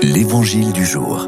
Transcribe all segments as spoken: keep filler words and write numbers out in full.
L'Évangile du jour.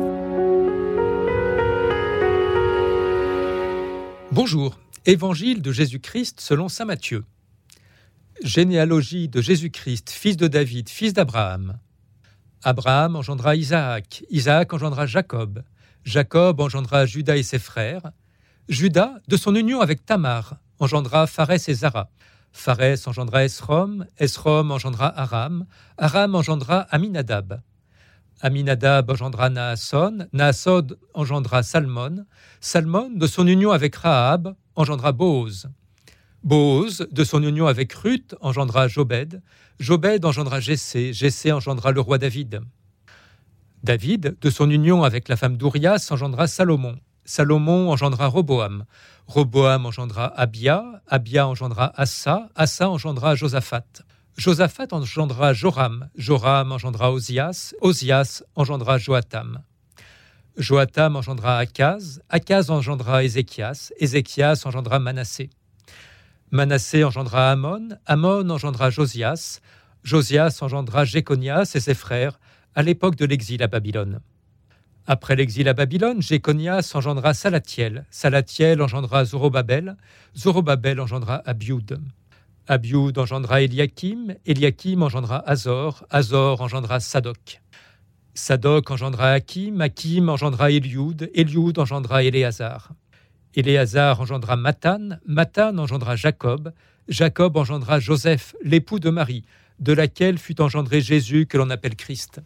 Bonjour, Évangile de Jésus-Christ selon saint Matthieu. Généalogie de Jésus-Christ, fils de David, fils d'Abraham. Abraham engendra Isaac, Isaac engendra Jacob, Jacob engendra Juda et ses frères. Juda, de son union avec Tamar, engendra Pharès et Zara. Pharès engendra Esrom, Esrom engendra Aram, Aram engendra Aminadab. Aminadab engendra Naasson, Naasson engendra Salmon, Salmon, de son union avec Rahab, engendra Boaz. Boaz, de son union avec Ruth, engendra Jobed, Jobed engendra Jessé, Jessé engendra le roi David. David, de son union avec la femme d'Urias, engendra Salomon, Salomon engendra Roboam, Roboam engendra Abia, Abia engendra Assa, Assa engendra Josaphat. Josaphat engendra Joram, Joram engendra Osias, Osias engendra Joatam. Joatam engendra Akaz, Akaz engendra Ézéchias, Ézéchias engendra Manassé. Manassé engendra Amon, Amon engendra Josias, Josias engendra Jéconias et ses frères à l'époque de l'exil à Babylone. Après l'exil à Babylone, Jéconias engendra Salatiel, Salatiel engendra Zorobabel, Zorobabel engendra Abioud. Abioud engendra Eliakim, Eliakim engendra Azor, Azor engendra Sadoc. Sadoc engendra Hakim, Hakim engendra Élioud, Élioud engendra Éléazar. Éléazar engendra Mathan, Mathan engendra Jacob, Jacob engendra Joseph, l'époux de Marie, de laquelle fut engendré Jésus que l'on appelle Christ.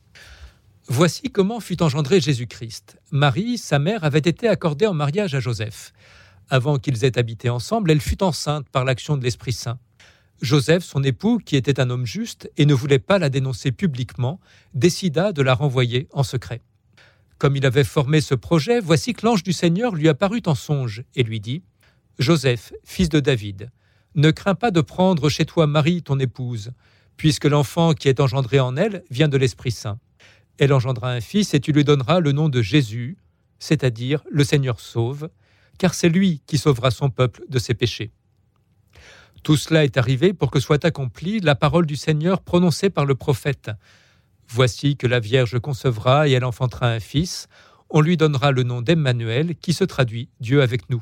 Voici comment fut engendré Jésus-Christ. Marie, sa mère, avait été accordée en mariage à Joseph. Avant qu'ils aient habité ensemble, elle fut enceinte par l'action de l'Esprit Saint. Joseph, son époux, qui était un homme juste et ne voulait pas la dénoncer publiquement, décida de la renvoyer en secret. Comme il avait formé ce projet, voici que l'ange du Seigneur lui apparut en songe et lui dit « Joseph, fils de David, ne crains pas de prendre chez toi Marie, ton épouse, puisque l'enfant qui est engendré en elle vient de l'Esprit Saint. Elle engendra un fils et tu lui donneras le nom de Jésus, c'est-à-dire le Seigneur sauve, car c'est lui qui sauvera son peuple de ses péchés. » Tout cela est arrivé pour que soit accomplie la parole du Seigneur prononcée par le prophète. « Voici que la Vierge concevra et elle enfantera un fils. On lui donnera le nom d'Emmanuel, qui se traduit « Dieu avec nous ».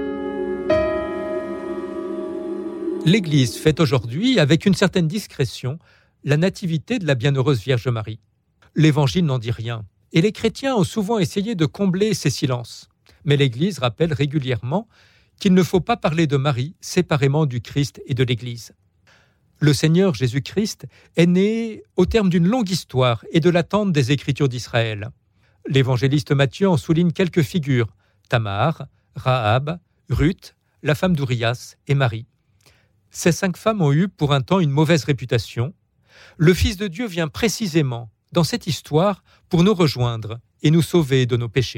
L'Église fête aujourd'hui, avec une certaine discrétion, la nativité de la bienheureuse Vierge Marie. L'Évangile n'en dit rien, et les chrétiens ont souvent essayé de combler ces silences. Mais l'Église rappelle régulièrement qu'il ne faut pas parler de Marie séparément du Christ et de l'Église. Le Seigneur Jésus-Christ est né au terme d'une longue histoire et de l'attente des Écritures d'Israël. L'évangéliste Matthieu en souligne quelques figures, Tamar, Rahab, Ruth, la femme d'Urias et Marie. Ces cinq femmes ont eu pour un temps une mauvaise réputation. Le Fils de Dieu vient précisément dans cette histoire pour nous rejoindre et nous sauver de nos péchés.